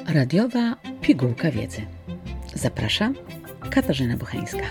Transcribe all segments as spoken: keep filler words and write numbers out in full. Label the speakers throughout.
Speaker 1: Radiowa pigułka wiedzy. Zapraszam, Katarzyna Buchańska.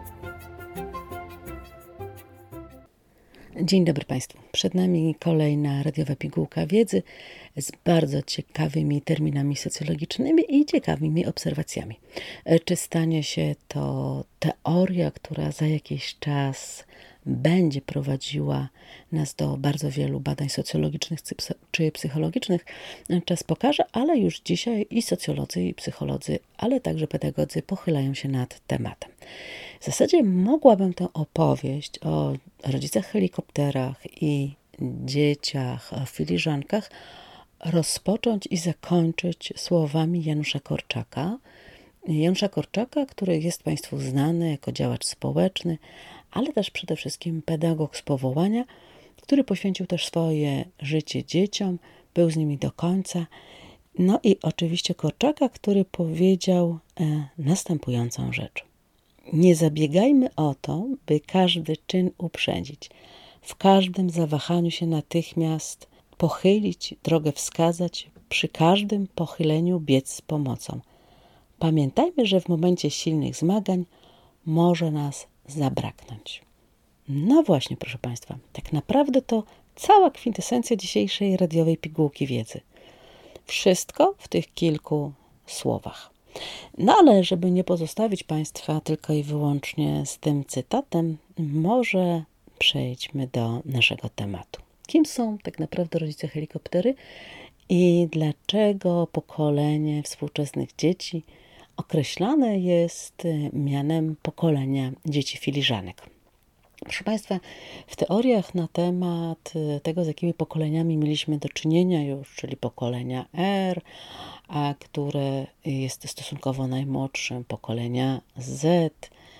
Speaker 1: Dzień dobry Państwu. Przed nami kolejna radiowa pigułka wiedzy z bardzo ciekawymi terminami socjologicznymi i ciekawymi obserwacjami. Czy stanie się to teoria, która za jakiś czas będzie prowadziła nas do bardzo wielu badań socjologicznych czy psychologicznych, czas pokaże, ale już dzisiaj i socjolodzy, i psycholodzy, ale także pedagodzy pochylają się nad tematem. W zasadzie mogłabym tę opowieść o rodzicach helikopterach i dzieciach, o filiżankach rozpocząć i zakończyć słowami Janusza Korczaka. Janusza Korczaka, który jest Państwu znany jako działacz społeczny, ale też przede wszystkim pedagog z powołania, który poświęcił też swoje życie dzieciom, był z nimi do końca. No i oczywiście Korczaka, który powiedział e, następującą rzecz. Nie zabiegajmy o to, by każdy czyn uprzedzić, w każdym zawahaniu się natychmiast pochylić, drogę wskazać, przy każdym pochyleniu biec z pomocą. Pamiętajmy, że w momencie silnych zmagań może nas zabraknąć. No właśnie, proszę Państwa, tak naprawdę to cała kwintesencja dzisiejszej radiowej pigułki wiedzy. Wszystko w tych kilku słowach. No ale żeby nie pozostawić Państwa tylko i wyłącznie z tym cytatem, może przejdźmy do naszego tematu. Kim są tak naprawdę rodzice helikoptery i dlaczego pokolenie współczesnych dzieci określane jest mianem pokolenia dzieci filiżanek? Proszę Państwa, w teoriach na temat tego, z jakimi pokoleniami mieliśmy do czynienia już, czyli pokolenia R, a które jest stosunkowo najmłodszym, pokolenia Z,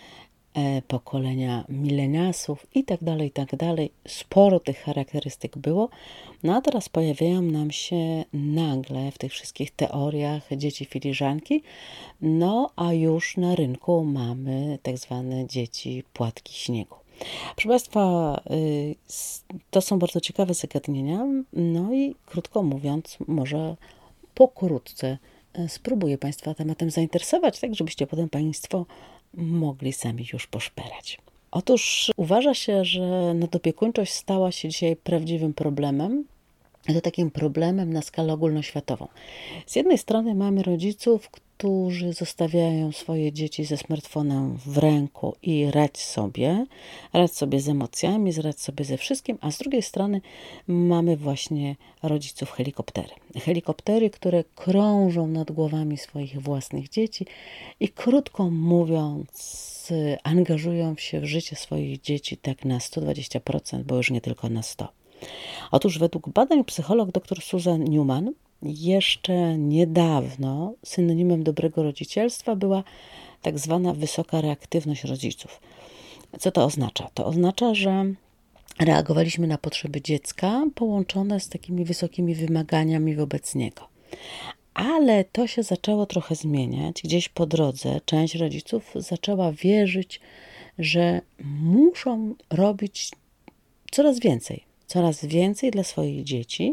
Speaker 1: pokolenia mileniasów i tak dalej, i tak dalej. Sporo tych charakterystyk było. No a teraz pojawiają nam się nagle w tych wszystkich teoriach dzieci filiżanki, no a już na rynku mamy tak zwane dzieci płatki śniegu. Proszę Państwa, to są bardzo ciekawe zagadnienia, no i krótko mówiąc, może pokrótce spróbuję Państwa tematem zainteresować, tak żebyście potem Państwo mogli sami już poszperać. Otóż uważa się, że nadopiekuńczość stała się dzisiaj prawdziwym problemem, to takim problemem na skalę ogólnoświatową. Z jednej strony mamy rodziców, którzy zostawiają swoje dzieci ze smartfonem w ręku i radź sobie, radź sobie z emocjami, radź sobie ze wszystkim, a z drugiej strony mamy właśnie rodziców helikoptery. Helikoptery, które krążą nad głowami swoich własnych dzieci i krótko mówiąc angażują się w życie swoich dzieci tak na sto dwadzieścia procent, bo już nie tylko na sto procent. Otóż według badań psycholog dr Susan Newman jeszcze niedawno synonimem dobrego rodzicielstwa była tak zwana wysoka reaktywność rodziców. Co to oznacza? To oznacza, że reagowaliśmy na potrzeby dziecka połączone z takimi wysokimi wymaganiami wobec niego. Ale to się zaczęło trochę zmieniać. Gdzieś po drodze część rodziców zaczęła wierzyć, że muszą robić coraz więcej. Coraz więcej dla swoich dzieci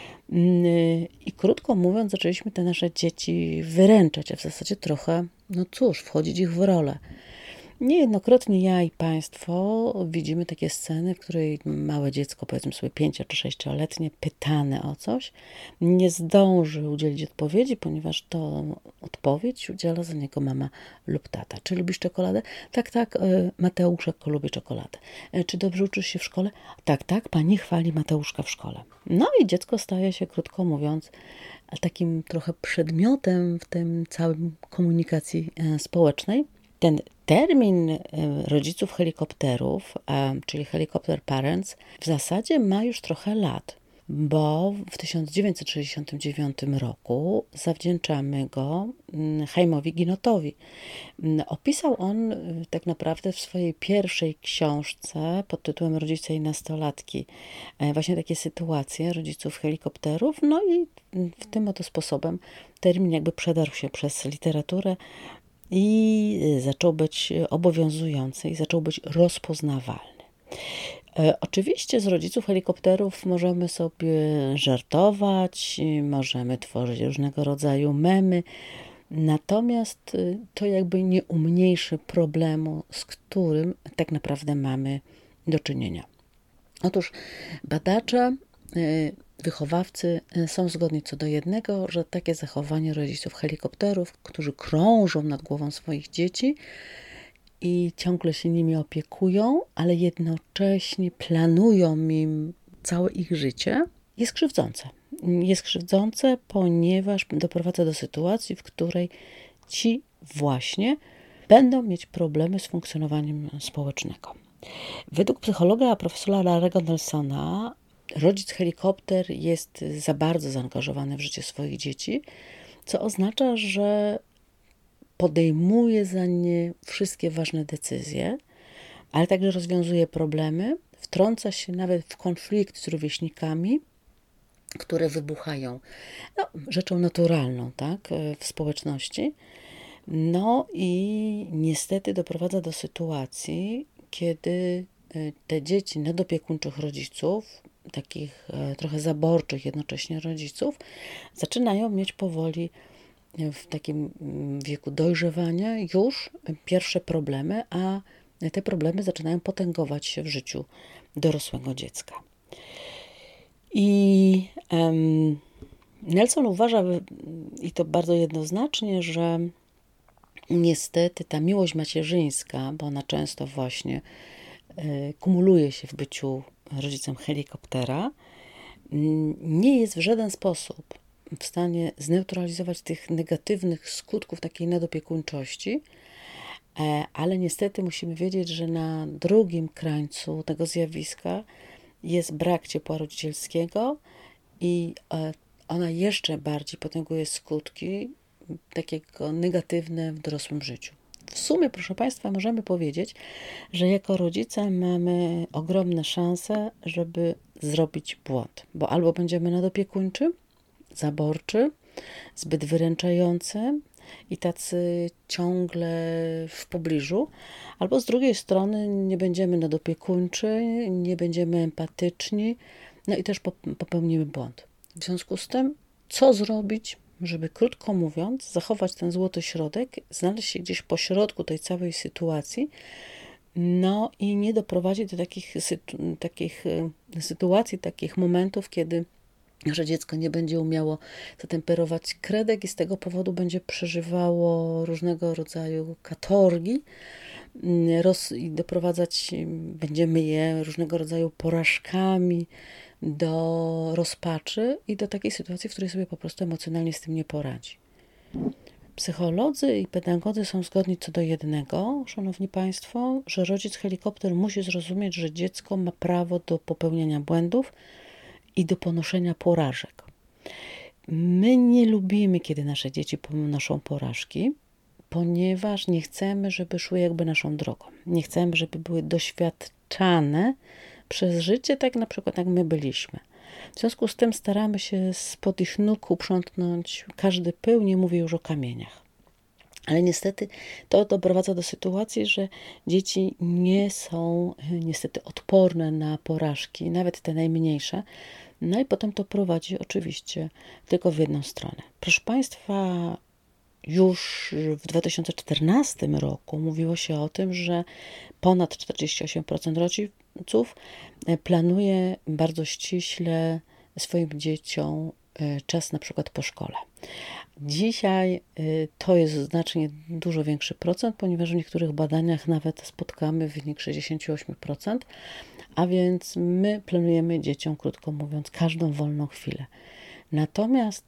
Speaker 1: i krótko mówiąc zaczęliśmy te nasze dzieci wyręczać, a w zasadzie trochę, no cóż, wchodzić ich w rolę. Niejednokrotnie ja i Państwo widzimy takie sceny, w której małe dziecko, powiedzmy sobie pięcio- czy sześcioletnie, pytane o coś, nie zdąży udzielić odpowiedzi, ponieważ to odpowiedź udziela za niego mama lub tata. Czy lubisz czekoladę? Tak, tak, Mateuszek lubi czekoladę. Czy dobrze uczysz się w szkole? Tak, tak, pani chwali Mateuszka w szkole. No i dziecko staje się, krótko mówiąc, takim trochę przedmiotem w tym całym komunikacji społecznej. Ten termin rodziców helikopterów, czyli helicopter parents, w zasadzie ma już trochę lat, bo w tysiąc dziewięćset sześćdziesiątym dziewiątym roku zawdzięczamy go Chaimowi Ginotowi. Opisał on tak naprawdę w swojej pierwszej książce pod tytułem Rodzice i nastolatki właśnie takie sytuacje rodziców helikopterów, no i w tym oto sposobem termin jakby przedarł się przez literaturę i zaczął być obowiązujący i zaczął być rozpoznawalny. E, Oczywiście z rodziców helikopterów możemy sobie żartować, y, możemy tworzyć różnego rodzaju memy, natomiast y, to jakby nie umniejszy problemu, z którym tak naprawdę mamy do czynienia. Otóż badacze, y, wychowawcy y, są zgodni co do jednego, że takie zachowanie rodziców helikopterów, którzy krążą nad głową swoich dzieci i ciągle się nimi opiekują, ale jednocześnie planują im całe ich życie, jest krzywdzące. Jest krzywdzące, ponieważ doprowadza do sytuacji, w której ci właśnie będą mieć problemy z funkcjonowaniem społecznego. Według psychologa profesora Larry'ego Nelsona rodzic helikopter jest za bardzo zaangażowany w życie swoich dzieci, co oznacza, że podejmuje za nie wszystkie ważne decyzje, ale także rozwiązuje problemy, wtrąca się nawet w konflikt z rówieśnikami, które wybuchają no, rzeczą naturalną, tak, w społeczności. No i niestety doprowadza do sytuacji, kiedy te dzieci nadopiekuńczych rodziców, takich trochę zaborczych jednocześnie rodziców, zaczynają mieć powoli w takim wieku dojrzewania już pierwsze problemy, a te problemy zaczynają potęgować się w życiu dorosłego dziecka. I um, Nelson uważa, i to bardzo jednoznacznie, że niestety ta miłość macierzyńska, bo ona często właśnie y, kumuluje się w byciu rodzicem helikoptera, nie jest w żaden sposób w stanie zneutralizować tych negatywnych skutków takiej nadopiekuńczości, ale niestety musimy wiedzieć, że na drugim krańcu tego zjawiska jest brak ciepła rodzicielskiego i ona jeszcze bardziej potęguje skutki takiego negatywne w dorosłym życiu. W sumie, proszę Państwa, możemy powiedzieć, że jako rodzice mamy ogromne szanse, żeby zrobić błąd, bo albo będziemy nadopiekuńczy, zaborczy, zbyt wyręczający i tacy ciągle w pobliżu, albo z drugiej strony nie będziemy nadopiekuńczy, nie będziemy empatyczni, no i też popełnimy błąd. W związku z tym, co zrobić, żeby krótko mówiąc, zachować ten złoty środek, znaleźć się gdzieś po środku tej całej sytuacji, no i nie doprowadzić do takich, sytu- takich sytuacji, takich momentów, kiedy że dziecko nie będzie umiało zatemperować kredek i z tego powodu będzie przeżywało różnego rodzaju katorgi roz, i doprowadzać będziemy je różnego rodzaju porażkami do rozpaczy i do takiej sytuacji, w której sobie po prostu emocjonalnie z tym nie poradzi. Psycholodzy i pedagodzy są zgodni co do jednego, szanowni Państwo, że rodzic helikopter musi zrozumieć, że dziecko ma prawo do popełniania błędów i do ponoszenia porażek. My nie lubimy, kiedy nasze dzieci ponoszą porażki, ponieważ nie chcemy, żeby szły jakby naszą drogą. Nie chcemy, żeby były doświadczane przez życie, tak na przykład jak my byliśmy. W związku z tym staramy się spod ich nóg uprzątnąć każdy pył, nie mówię już o kamieniach. Ale niestety to doprowadza do sytuacji, że dzieci nie są niestety odporne na porażki, nawet te najmniejsze. No i potem to prowadzi oczywiście tylko w jedną stronę. Proszę Państwa, już w dwa tysiące czternastym roku mówiło się o tym, że ponad czterdzieści osiem procent rodziców planuje bardzo ściśle swoim dzieciom czas na przykład po szkole. Dzisiaj to jest znacznie dużo większy procent, ponieważ w niektórych badaniach nawet spotkamy wynik sześćdziesiąt osiem procent, a więc my planujemy dzieciom, krótko mówiąc, każdą wolną chwilę. Natomiast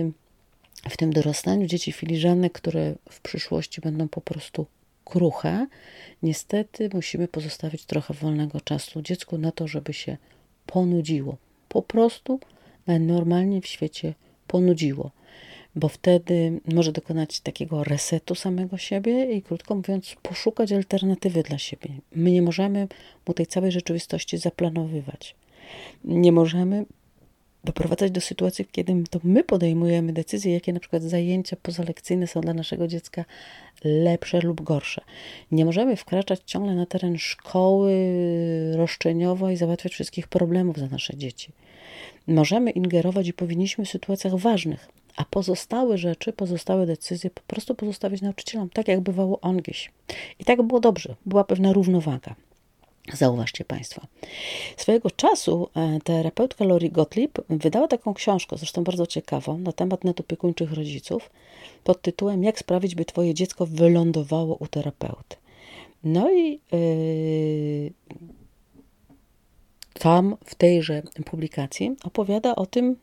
Speaker 1: w tym dorastaniu dzieci filiżanek, które w przyszłości będą po prostu kruche, niestety musimy pozostawić trochę wolnego czasu dziecku na to, żeby się ponudziło. Po prostu normalnie w świecie ponudziło, bo wtedy może dokonać takiego resetu samego siebie i krótko mówiąc poszukać alternatywy dla siebie. My nie możemy mu tej całej rzeczywistości zaplanowywać. Nie możemy doprowadzać do sytuacji, kiedy to my podejmujemy decyzje, jakie na przykład zajęcia pozalekcyjne są dla naszego dziecka lepsze lub gorsze. Nie możemy wkraczać ciągle na teren szkoły roszczeniowo i załatwiać wszystkich problemów za nasze dzieci. Możemy ingerować i powinniśmy w sytuacjach ważnych, a pozostałe rzeczy, pozostałe decyzje po prostu pozostawić nauczycielom, tak jak bywało ongieś. I tak było dobrze, była pewna równowaga. Zauważcie Państwo. Swojego czasu terapeutka Lori Gottlieb wydała taką książkę, zresztą bardzo ciekawą, na temat nadopiekuńczych rodziców, pod tytułem Jak sprawić, by Twoje dziecko wylądowało u terapeuty. No i yy, tam w tejże publikacji opowiada o tym,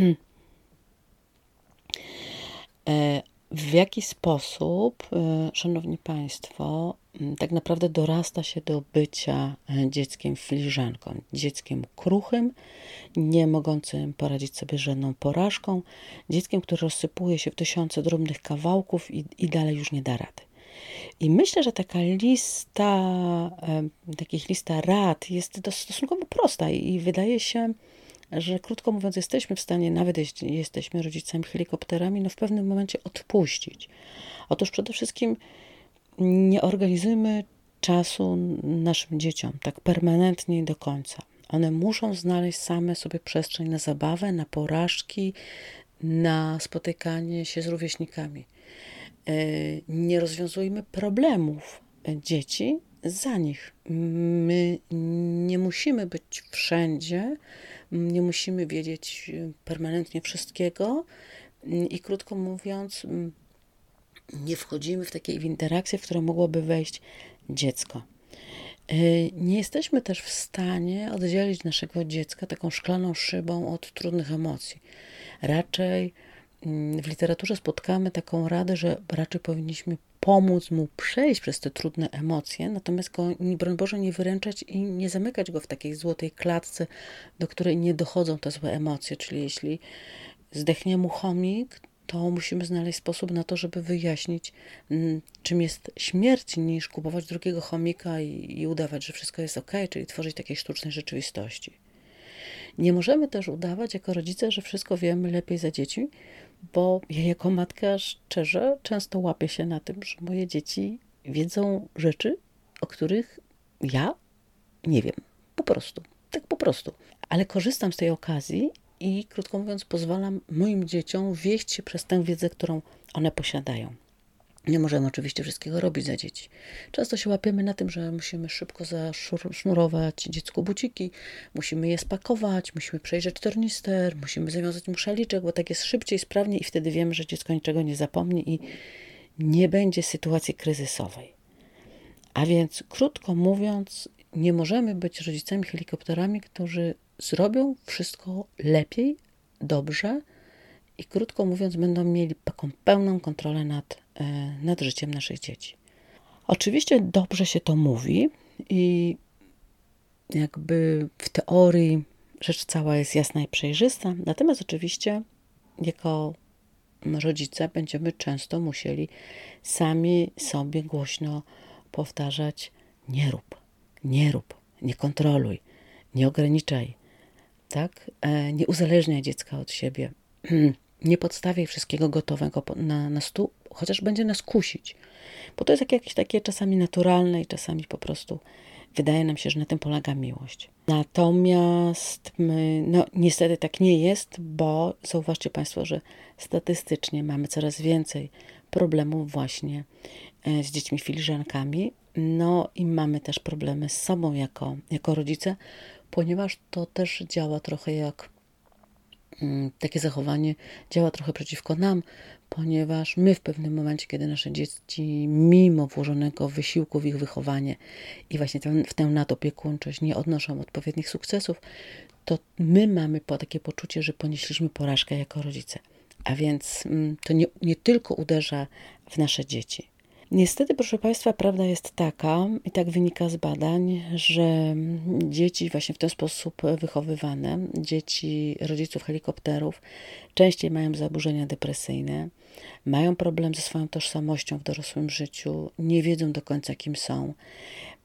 Speaker 1: w jaki sposób, szanowni Państwo, tak naprawdę dorasta się do bycia dzieckiem filiżanką, dzieckiem kruchym, nie mogącym poradzić sobie z żadną porażką, dzieckiem, które rozsypuje się w tysiące drobnych kawałków i, i dalej już nie da rady. I myślę, że taka lista, takich lista rad jest stosunkowo prosta i wydaje się, że krótko mówiąc jesteśmy w stanie, nawet jeśli jesteśmy rodzicami helikopterami, no w pewnym momencie odpuścić. Otóż przede wszystkim nie organizujmy czasu naszym dzieciom tak permanentnie i do końca. One muszą znaleźć same sobie przestrzeń na zabawę, na porażki, na spotykanie się z rówieśnikami. Nie rozwiązujmy problemów dzieci za nich. My nie musimy być wszędzie, nie musimy wiedzieć permanentnie wszystkiego i krótko mówiąc, nie wchodzimy w takie w interakcje, w które mogłoby wejść dziecko. Nie jesteśmy też w stanie oddzielić naszego dziecka taką szklaną szybą od trudnych emocji. Raczej w literaturze spotkamy taką radę, że raczej powinniśmy pomóc mu przejść przez te trudne emocje, natomiast go, broń Boże, nie wyręczać i nie zamykać go w takiej złotej klatce, do której nie dochodzą te złe emocje. Czyli jeśli zdechnie mu chomik, to musimy znaleźć sposób na to, żeby wyjaśnić, czym jest śmierć, niż kupować drugiego chomika i, i udawać, że wszystko jest ok, czyli tworzyć takiej sztucznej rzeczywistości. Nie możemy też udawać jako rodzice, że wszystko wiemy lepiej za dzieci, bo ja jako matka szczerze często łapię się na tym, że moje dzieci wiedzą rzeczy, o których ja nie wiem. Po prostu. Tak po prostu. Ale korzystam z tej okazji i krótko mówiąc pozwalam moim dzieciom wieść się przez tę wiedzę, którą one posiadają. Nie możemy oczywiście wszystkiego robić za dzieci. Często się łapiemy na tym, że musimy szybko zasznurować dziecku buciki, musimy je spakować, musimy przejrzeć tornister, musimy zawiązać mu szaliczek, bo tak jest szybciej, sprawniej i wtedy wiemy, że dziecko niczego nie zapomni i nie będzie sytuacji kryzysowej. A więc krótko mówiąc, nie możemy być rodzicami helikopterami, którzy zrobią wszystko lepiej, dobrze i krótko mówiąc będą mieli taką pełną kontrolę nad, nad życiem naszych dzieci. Oczywiście dobrze się to mówi i jakby w teorii rzecz cała jest jasna i przejrzysta, natomiast oczywiście jako rodzice będziemy często musieli sami sobie głośno powtarzać: nie rób, nie rób, nie kontroluj, nie ograniczaj, tak? Nie uzależniaj dziecka od siebie, nie podstawiaj wszystkiego gotowego na, na stół, chociaż będzie nas kusić, bo to jest jakieś takie czasami naturalne i czasami po prostu wydaje nam się, że na tym polega miłość. Natomiast my, no niestety tak nie jest, bo zauważcie Państwo, że statystycznie mamy coraz więcej problemów właśnie z dziećmi filiżankami, no i mamy też problemy z sobą jako, jako rodzice, ponieważ to też działa trochę jak takie zachowanie działa trochę przeciwko nam, ponieważ my w pewnym momencie, kiedy nasze dzieci, mimo włożonego wysiłku w ich wychowanie i właśnie ten, w tę nadopiekuńczość nie odnoszą odpowiednich sukcesów, to my mamy po takie poczucie, że ponieśliśmy porażkę jako rodzice. A więc to nie, nie tylko uderza w nasze dzieci. Niestety, proszę Państwa, prawda jest taka, i tak wynika z badań, że dzieci właśnie w ten sposób wychowywane, dzieci rodziców helikopterów, częściej mają zaburzenia depresyjne, mają problem ze swoją tożsamością w dorosłym życiu, nie wiedzą do końca, kim są,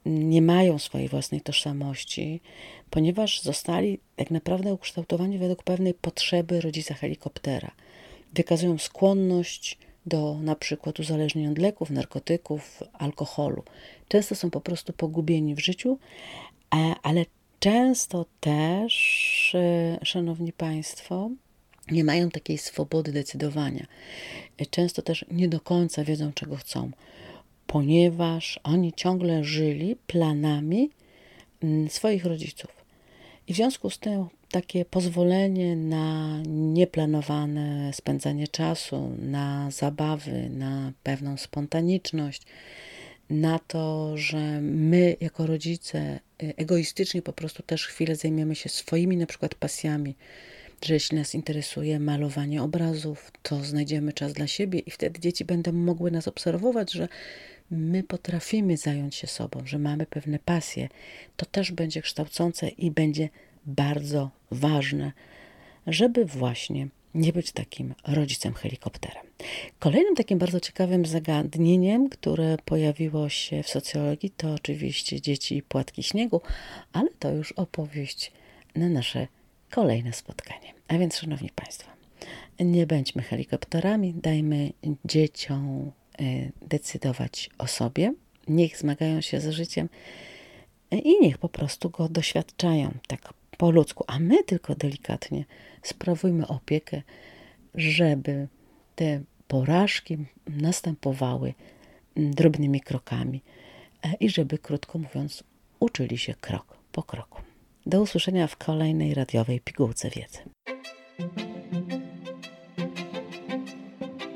Speaker 1: nie mają swojej własnej tożsamości, ponieważ zostali tak naprawdę ukształtowani według pewnej potrzeby rodzica helikoptera. Wykazują skłonność do na przykład uzależnień od leków, narkotyków, alkoholu. Często są po prostu pogubieni w życiu, ale często też, szanowni państwo, nie mają takiej swobody decydowania. Często też nie do końca wiedzą, czego chcą, ponieważ oni ciągle żyli planami swoich rodziców. I w związku z tym takie pozwolenie na nieplanowane spędzanie czasu, na zabawy, na pewną spontaniczność, na to, że my jako rodzice egoistycznie po prostu też chwilę zajmiemy się swoimi na przykład pasjami, że jeśli nas interesuje malowanie obrazów, to znajdziemy czas dla siebie i wtedy dzieci będą mogły nas obserwować, że my potrafimy zająć się sobą, że mamy pewne pasje. To też będzie kształcące i będzie bardzo ważne, żeby właśnie nie być takim rodzicem helikopterem. Kolejnym takim bardzo ciekawym zagadnieniem, które pojawiło się w socjologii, to oczywiście dzieci i płatki śniegu, ale to już opowieść na nasze kolejne spotkanie. A więc, szanowni państwo, nie bądźmy helikopterami, dajmy dzieciom decydować o sobie, niech zmagają się z życiem i niech po prostu go doświadczają tak po ludzku, a my tylko delikatnie sprawujmy opiekę, żeby te porażki następowały drobnymi krokami i żeby, krótko mówiąc, uczyli się krok po kroku. Do usłyszenia w kolejnej radiowej pigułce wiedzy.